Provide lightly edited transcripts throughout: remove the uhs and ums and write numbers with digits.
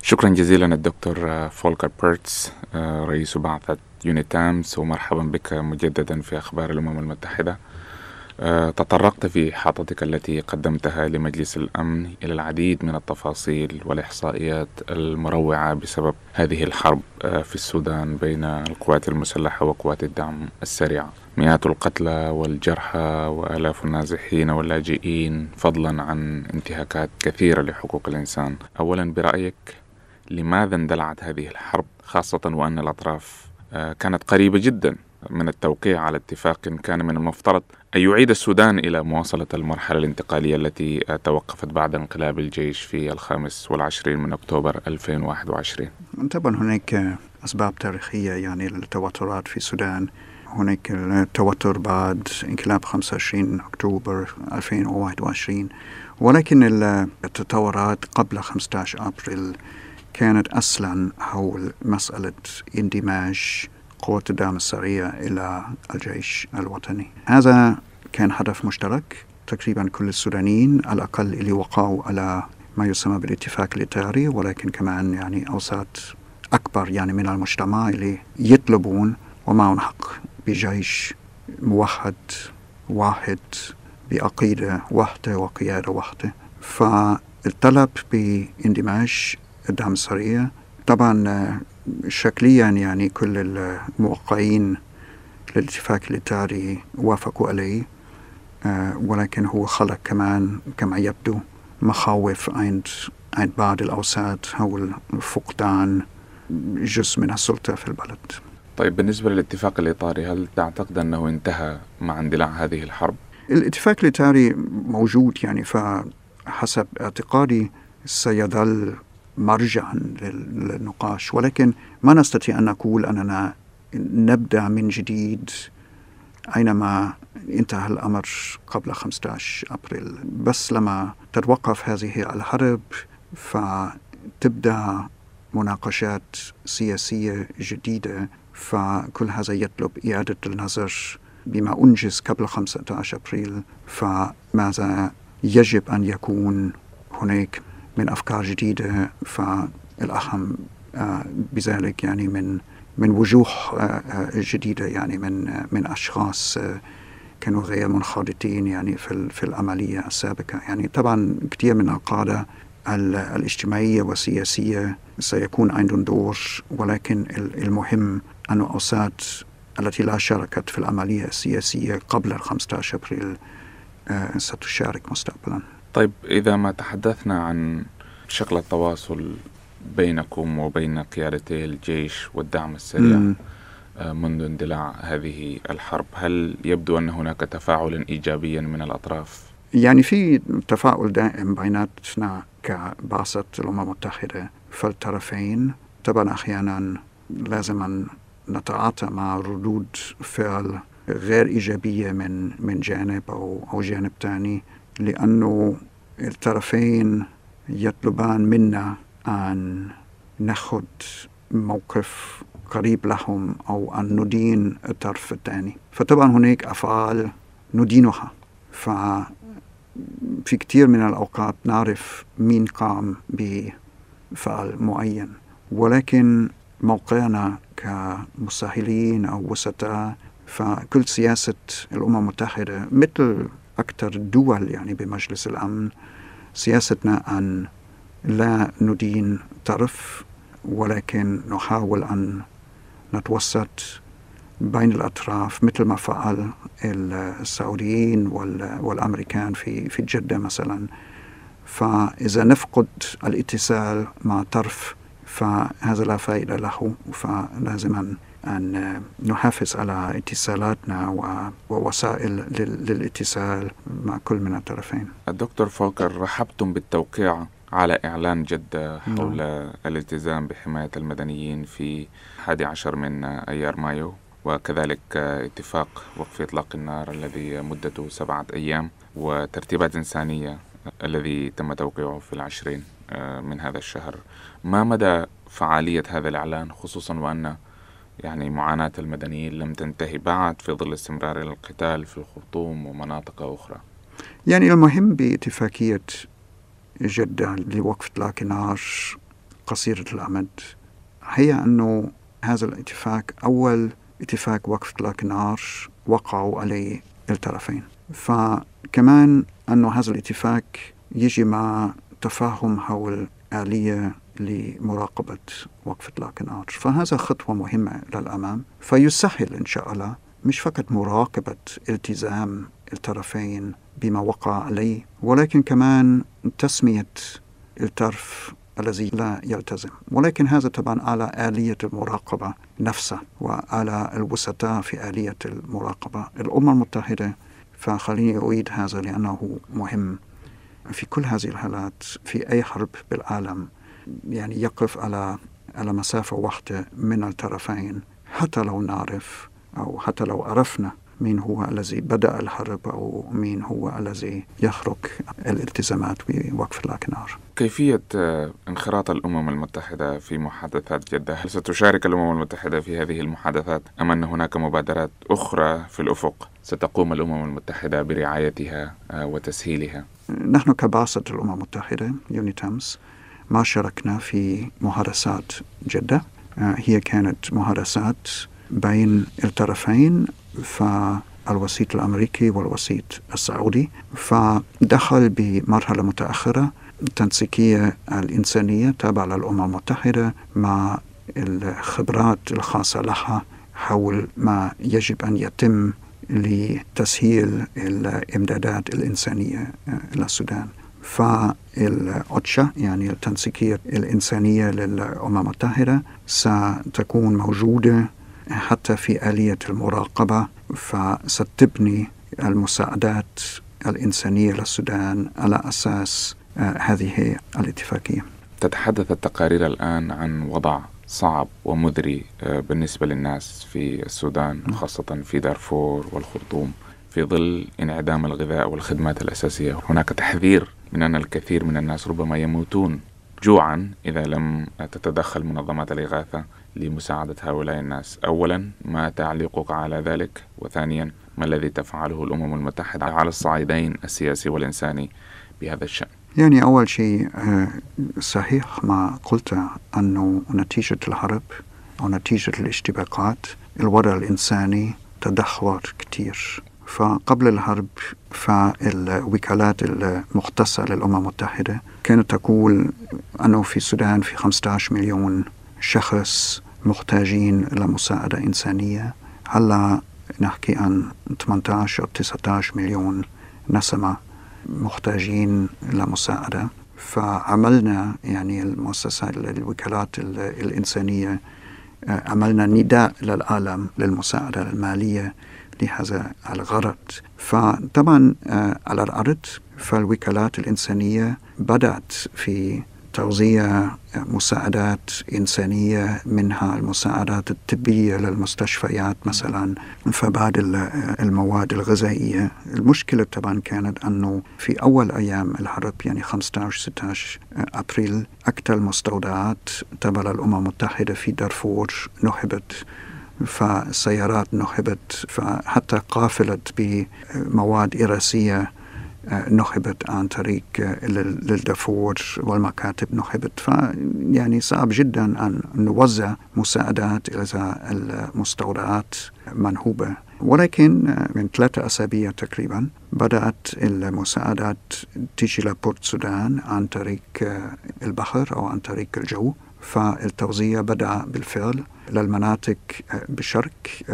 شكرا جزيلا الدكتور فولكر بيرتز، رئيس بعثة يونيتامس، ومرحبا بك مجددا في أخبار الأمم المتحدة. تطرقت في حاطتك التي قدمتها لمجلس الأمن إلى العديد من التفاصيل والإحصائيات المروعة بسبب هذه الحرب في السودان بين القوات المسلحة وقوات الدعم السريع. مئات القتلى والجرحى وآلاف النازحين واللاجئين، فضلا عن انتهاكات كثيرة لحقوق الإنسان. أولا، برأيك لماذا اندلعت هذه الحرب، خاصة وأن الأطراف كانت قريبة جدا من التوقيع على اتفاق كان من المفترض أن يعيد السودان إلى مواصلة المرحلة الانتقالية التي توقفت بعد انقلاب الجيش في 25 من أكتوبر 2021؟ طبعا هناك أسباب تاريخية للتوترات في السودان. هناك التوتر بعد انقلاب 25 أكتوبر 2021، ولكن التطورات قبل 15 أبريل كانت أصلا حول مسألة اندماج قوات الدعم السريع إلى الجيش الوطني. هذا كان هدف مشترك تقريبا كل السودانيين على الأقل اللي وقعوا على ما يسمى بالاتفاق الإطاري، ولكن كمان أوساط أكبر من المجتمع اللي يطلبون ومعهم حق بجيش موحد واحد بعقيدة واحدة وقيادة واحدة. فالطلب باندماج الدعم السريع طبعا شكليا كل الموقعين للاتفاق الإطاري وافقوا عليه، ولكن هو خلق كمان كما يبدو مخاوف عند بعض الأوساط حول فقدان جزء من السلطة في البلد. طيب، بالنسبة للاتفاق الإطاري، هل تعتقد أنه انتهى مع اندلاع هذه الحرب؟ الاتفاق الإطاري موجود، فحسب اعتقادي سيظل مرجعا للنقاش، ولكن ما نستطيع أن نقول أننا نبدأ من جديد أينما انتهى الأمر قبل 15 أبريل. بس لما تتوقف هذه الحرب فتبدأ مناقشات سياسية جديدة، فكل هذا يطلب إعادة النظر بما أنجز قبل 15 أبريل. فماذا يجب أن يكون هناك من أفكار جديدة، فالأهم بذلك من وجوه جديدة، من أشخاص كانوا غير منخرطين في العملية السابقة. طبعا كثير من القادة الاجتماعية والسياسية سيكون عندهم دور، ولكن المهم أن الأوساط التي لا شاركت في العملية السياسية قبل 15 أبريل ستشارك مستقبلا. طيب، إذا ما تحدثنا عن شكل التواصل بينكم وبين قيادتي الجيش والدعم السريع منذ اندلاع هذه الحرب، هل يبدو أن هناك تفاعل إيجابيا من الأطراف؟ في تفاعل دائم بيناتنا كبعثة الأمم المتحدة في الطرفين. طبعا أحيانا لازم أن نتعاطى مع ردود فعل غير إيجابية من جانب أو جانب تاني، لأنه الطرفين يطلبان منا أن نأخذ موقف قريب لهم أو أن ندين الطرف الثاني. فطبعا هناك أفعال ندينها، ففي كثير من الأوقات نعرف مين قام بفعل معين، ولكن موقعنا كمساهلين أو وسطاء، فكل سياسة الأمم المتحدة مثل أكثر الدول بمجلس الأمن سياستنا أن لا ندين طرف، ولكن نحاول أن نتوسط بين الأطراف مثل ما فعل السعوديين والأمريكان في جدة مثلا. فإذا نفقد الاتصال مع طرف فهذا لا فائدة له، فلازم أن نحافظ على اتصالاتنا ووسائل للاتصال مع كل من الطرفين. الدكتور فولكر، رحبتم بالتوقيع على إعلان جدة حول الالتزام بحماية المدنيين في 11 من أيار مايو، وكذلك اتفاق وقف إطلاق النار الذي مدته 7 أيام، وترتيبات إنسانية الذي تم توقيعه في 20 من هذا الشهر. ما مدى فعالية هذا الإعلان، خصوصا وأن معاناة المدنيين لم تنتهي بعد في ظل استمرار القتال في الخرطوم ومناطق أخرى؟ المهم باتفاقية جدة لوقف إطلاق النار قصيرة الأمد هي أنه هذا الاتفاق أول اتفاق وقف إطلاق النار وقعوا عليه الطرفين، فكمان أنه هذا الاتفاق يجي مع تفاهم حول آلية لمراقبة وقف إطلاق النار، فهذا خطوة مهمة للأمام، فيسهل إن شاء الله مش فقط مراقبة التزام الطرفين بما وقع عليه، ولكن كمان تسمية الطرف الذي لا يلتزم، ولكن هذا طبعا على آلية المراقبة نفسها وعلى الوسطاء في آلية المراقبة. الأمم المتحدة، فخليني أعيد هذا لأنه مهم في كل هذه الحالات في أي حرب بالعالم، يعني يقف على مسافة واحدة من الطرفين، حتى لو نعرف أو حتى لو عرفنا مين هو الذي بدأ الحرب أو مين هو الذي يخرق الالتزامات بوقف إطلاق النار. كيفية انخراط الأمم المتحدة في محادثات جدة؟ هل ستشارك الأمم المتحدة في هذه المحادثات أم أن هناك مبادرات أخرى في الأفق ستقوم الأمم المتحدة برعايتها وتسهيلها؟ نحن كبعثة الأمم المتحدة يونيتامز ما شاركنا في محادثات جدة، هي كانت محادثات بين الطرفين، فالوسيط الأمريكي والوسيط السعودي، فدخل بمرحلة متأخرة التنسيقية الإنسانية تابعة للأمم المتحدة مع الخبرات الخاصة لها حول ما يجب أن يتم لتسهيل الإمدادات الإنسانية للسودان. فالأوتشا يعني التنسيقية الإنسانية للأمم المتحدة ستكون موجودة حتى في آلية المراقبة، فستبني المساعدات الإنسانية للسودان على أساس هذه الاتفاقية. تتحدث التقارير الآن عن وضع صعب ومذري بالنسبة للناس في السودان، خاصة في دارفور والخرطوم، في ظل انعدام الغذاء والخدمات الأساسية. هناك تحذير من أن الكثير من الناس ربما يموتون جوعا إذا لم تتدخل منظمات الإغاثة لمساعدة هؤلاء الناس. أولا، ما تعليقك على ذلك؟ وثانيا، ما الذي تفعله الأمم المتحدة على الصعيدين السياسي والإنساني بهذا الشأن؟ يعني أول شيء صحيح ما قلت أنه نتيجة الحرب أو نتيجة الاشتباكات الوضع الإنساني تدهور كتير. فقبل الحرب فالوكالات المختصة للأمم المتحدة كانت تقول أنه في السودان في 15 مليون شخص محتاجين لمساعدة إنسانية، هلا نحكي عن 18 أو 19 مليون نسمة محتاجين لمساعدة. فعملنا يعني المؤسسات الوكالات الإنسانية عملنا نداء للعالم للمساعدة المالية لهذا الغرض. فطبعا على الأرض فالوكالات الإنسانية بدأت في توزيع مساعدات إنسانية، منها المساعدات الطبية للمستشفيات مثلا، فبعض المواد الغذائية. المشكلة طبعا كانت أنه في أول أيام الحرب يعني 15-16 أبريل أكثر المستودعات تبع الأمم المتحدة في دارفور نهبت، فسيارات نهبت، فحتى قافلة بمواد إراسية نهبت عن طريق للدارفور والمكاتب نهبت. فيعني صعب جدا أن نوزع مساعدات إلى المستودعات منهوبة. ولكن من 3 أسابيع تقريبا بدأت المساعدات تيجي لبورت السودان عن طريق البحر أو عن طريق الجو، فالتوزيع بدأ بالفعل للمناطق بالشرق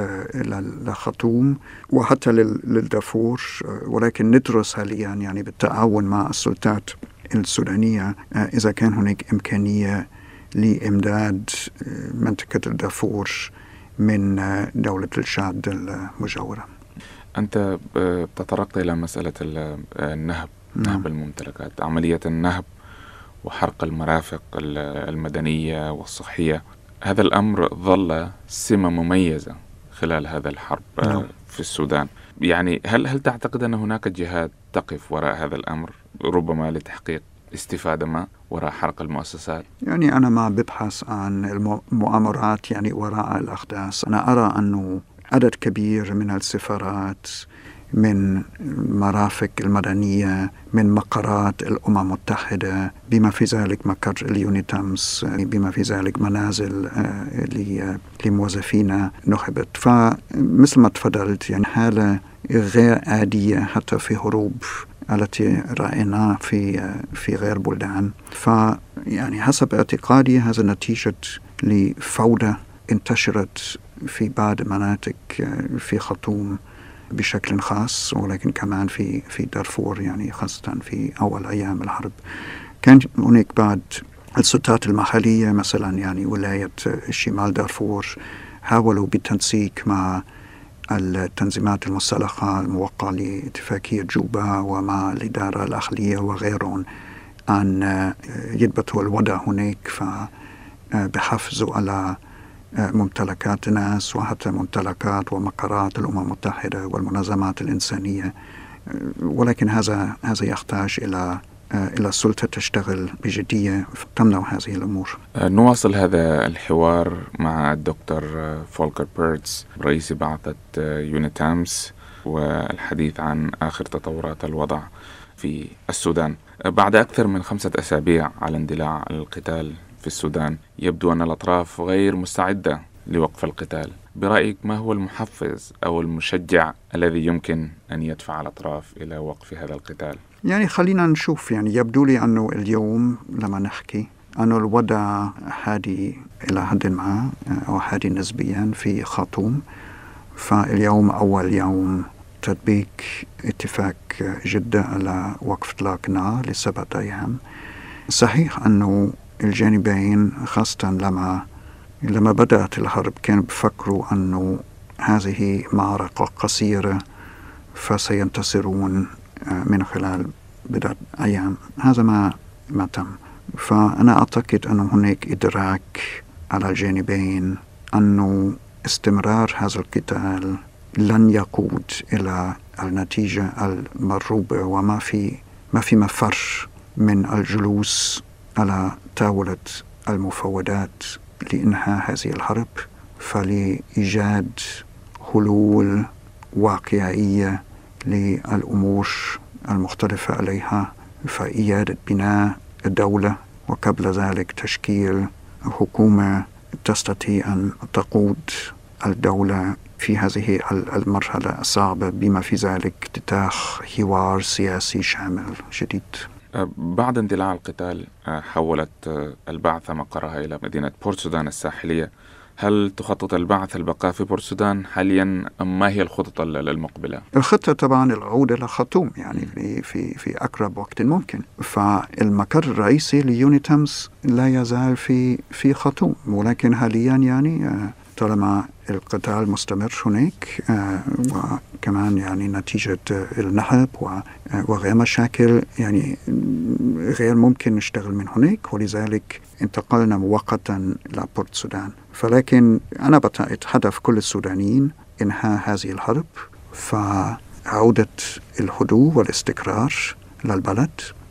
للخرطوم وحتى للدارفور. ولكن ندرس حاليا يعني بالتعاون مع السلطات السودانية إذا كان هناك إمكانية لإمداد منطقة الدارفور من دولة الشاد المجاورة. أنت تطرقت إلى مسألة النهب، نهب الممتلكات، عملية النهب وحرق المرافق المدنية والصحية. هذا الأمر ظل سمة مميزة خلال هذا الحرب في السودان. يعني هل تعتقد أن هناك جهات تقف وراء هذا الأمر ربما لتحقيق استفادة ما وراء حرق المؤسسات؟ يعني أنا ما ببحث عن المؤامرات يعني وراء الأحداث. أنا أرى أنه عدد كبير من السفارات من مرافق المدنية، من مقرات الأمم المتحدة، بما في ذلك مقر اليونيتامس، بما في ذلك منازل لموظفين نخبت. فمثل ما تفضلت يعني حالة غير عادية حتى في هروب التي رأيناها في غير بلدان. فيعني حسب اعتقادي هذا نتيجة لفوضى انتشرت في بعض مناطق في خرطوم بشكل خاص، ولكن كمان في دارفور، يعني خاصة في أول أيام الحرب. كان هناك بعض السلطات المحلية مثلا يعني ولاية شمال دارفور حاولوا بالتنسيق مع التنظيمات المسلحة الموقعة لاتفاقية جوبا ومع الإدارة الأهلية وغيرهم أن يضبطوا الوضع هناك، فبحافظوا على ممتلكات الناس وحتى ممتلكات ومقرات الأمم المتحدة والمنظمات الإنسانية. ولكن هذا يحتاج إلى السلطة تشتغل بجدية تمنع هذه الأمور. نواصل هذا الحوار مع الدكتور فولكر بيرتز رئيس بعثة يونيتامس والحديث عن آخر تطورات الوضع في السودان. بعد أكثر من 5 أسابيع على اندلاع القتال في السودان، يبدو أن الأطراف غير مستعدة لوقف القتال. برأيك ما هو المحفز أو المشجع الذي يمكن أن يدفع الأطراف إلى وقف هذا القتال؟ يعني خلينا نشوف، يعني يبدو لي أنه اليوم لما نحكي أنه الوضع هادي إلى حد ما أو هادي نسبيا في خرطوم. فاليوم أول يوم تطبيق اتفاق جدة على وقف إطلاق النار ل7 أيام. صحيح أنه الجانبين خاصة لما بدأت الحرب كانوا بفكروا أنه هذه معركة قصيرة فسينتصرون من خلال بضعة أيام. هذا ما تم. فأنا أعتقد أن هناك إدراك على الجانبين أنه استمرار هذا القتال لن يقود إلى النتيجة المرغوبة، وما في مفر من الجلوس على طاولة المفاوضات لإنهاء هذه الحرب، فلإيجاد حلول واقعية للأمور المختلفة عليها، فإعادة بناء الدولة، وقبل ذلك تشكيل حكومة تستطيع أن تقود الدولة في هذه المرحلة الصعبة، بما في ذلك افتتاح حوار سياسي شامل جديد. بعد اندلاع القتال حولت البعثة مقرها إلى مدينة بورت سودان الساحلية. هل تخطط البعث البقاء في بورت سودان حاليا أم ما هي الخطط المقبلة؟ الخطة طبعا العودة لخرطوم يعني في أقرب وقت ممكن. فالمقر الرئيسي ليونيتامس لا يزال في خرطوم، ولكن حاليا يعني طالما القتال مستمر هناك وكمان يعني نتيجة النهب وغير مشاكل يعني غير ممكن نشتغل من هناك، ولذلك انتقلنا مؤقتا إلى بورت سودان. فلكن أنا بعتقد هدف كل السودانيين إنهاء هذه الحرب، فعودة الهدوء والاستقرار للبلد.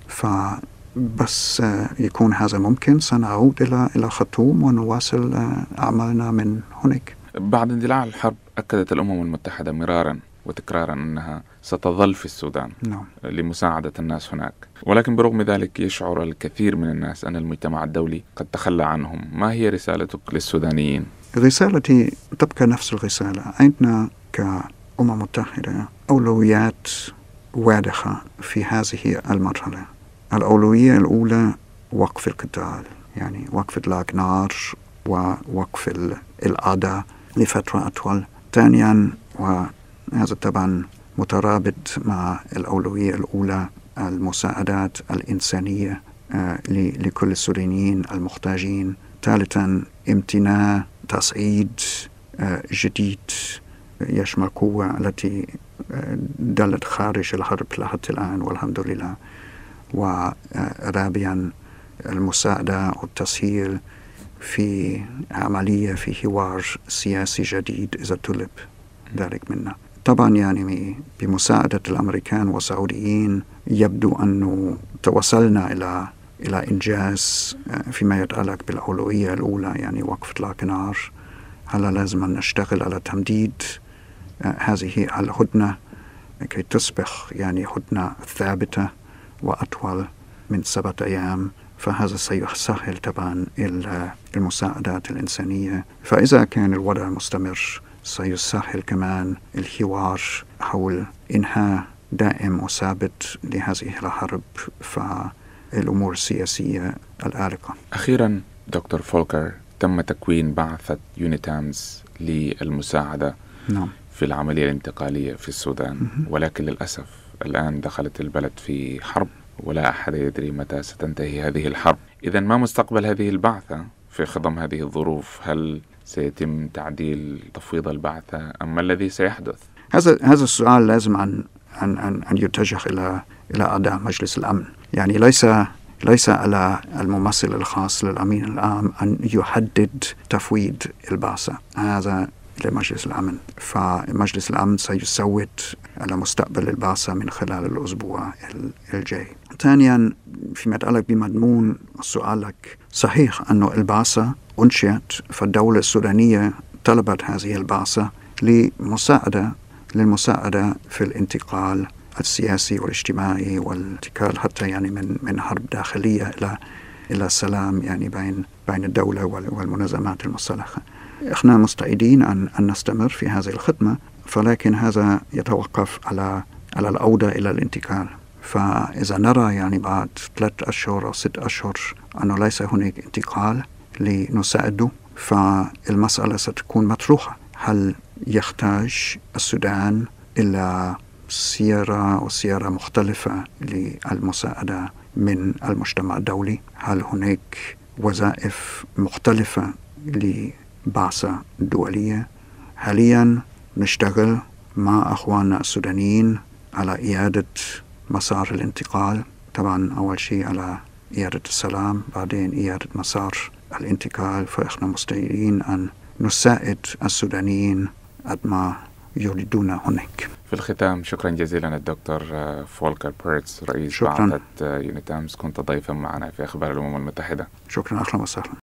بس يكون هذا ممكن سنعود إلى خرطوم ونواصل أعمالنا من هناك. بعد اندلاع الحرب أكدت الأمم المتحدة مرارا وتكرارا أنها ستظل في السودان لمساعدة الناس هناك، ولكن برغم ذلك يشعر الكثير من الناس أن المجتمع الدولي قد تخلى عنهم. ما هي رسالتك للسودانيين؟ رسالتي تبقى نفس الرسالة. عندنا كأمم متحدة أولويات واضحة في هذه المرحلة. الأولوية الأولى وقف القتال، يعني وقف إطلاق نار ووقف الأعداء لفترة أطول. ثانيا، وهذا طبعا مترابط مع الأولوية الأولى، المساعدات الإنسانية لكل السوريين المحتاجين. ثالثا، امتناع تصعيد جديد يشمل قوة التي دلت خارج الحرب لحد الآن والحمد لله. ورابعا، المساعدة والتسهيل في عملية في حوار سياسي جديد إذا طلب ذلك منا. طبعا يعني بمساعدة الأمريكان والسعوديين يبدو أنه توصلنا إلى إنجاز فيما يتعلق بالأولوية الأولى، يعني وقف إطلاق النار. هلا لازم نشتغل على تمديد هذه الهدنة لكي تصبح يعني هدنة ثابتة وأطول من 7 أيام، فهذا سيسهل طبعا المساعدات الإنسانية. فإذا كان الوضع مستمر سيسهل كمان الحوار حول إنهاء دائم وثابت لهذه الحرب فالأمور السياسية الآرقة. أخيرا دكتور فولكر، تم تكوين بعثة يونيتامز للمساعدة نعم. في العملية الانتقالية في السودان، ولكن للأسف الآن دخلت البلد في حرب ولا أحد يدري متى ستنتهي هذه الحرب. إذن ما مستقبل هذه البعثة في خضم هذه الظروف؟ هل سيتم تعديل تفويض البعثة أم ما الذي سيحدث؟ هذا السؤال لازم أن يتجه إلى أعضاء مجلس الأمن. يعني ليس على الممثل الخاص للأمين العام أن يحدد تفويض البعثة، هذا لمجلس الأمن. فمجلس الأمن سيصوت على مستقبل البعثة من خلال الأسبوع الجاي. ثانيا، فيما يتعلق بمضمون سؤالك، صحيح أن البعثة أنشئت، فالدولة السودانية طلبت هذه البعثة للمساعدة في الانتقال السياسي والاجتماعي والانتقال حتى يعني من حرب داخلية إلى السلام يعني بين الدولة والمنظمات المسلحة. إحنا مستعدين أن نستمر في هذه الخدمة، ولكن هذا يتوقف على العودة إلى الانتقال. فإذا نرى يعني بعد 3 أشهر أو 6 أشهر أنه ليس هناك انتقال لنساعده، فالمسألة ستكون مطروحة. هل يحتاج السودان إلى سيارة مختلفة للمساعدة من المجتمع الدولي؟ هل هناك وظائف مختلفة لبعثة دولية؟ حاليا نشتغل مع أخواننا السودانيين على إعادة مسار الانتقال، طبعا أول شيء على إعادة السلام، بعدين إعادة مسار الانتقال. فإحنا مستعدين أن نساعد السودانيين قد ما يريدون هناك. في الختام، شكرا جزيلا الدكتور فولكر بيرتز، رئيس بعثة يونيتامز، كنت ضيفا معنا في أخبار الأمم المتحدة. شكرا، أهلا وسهلا.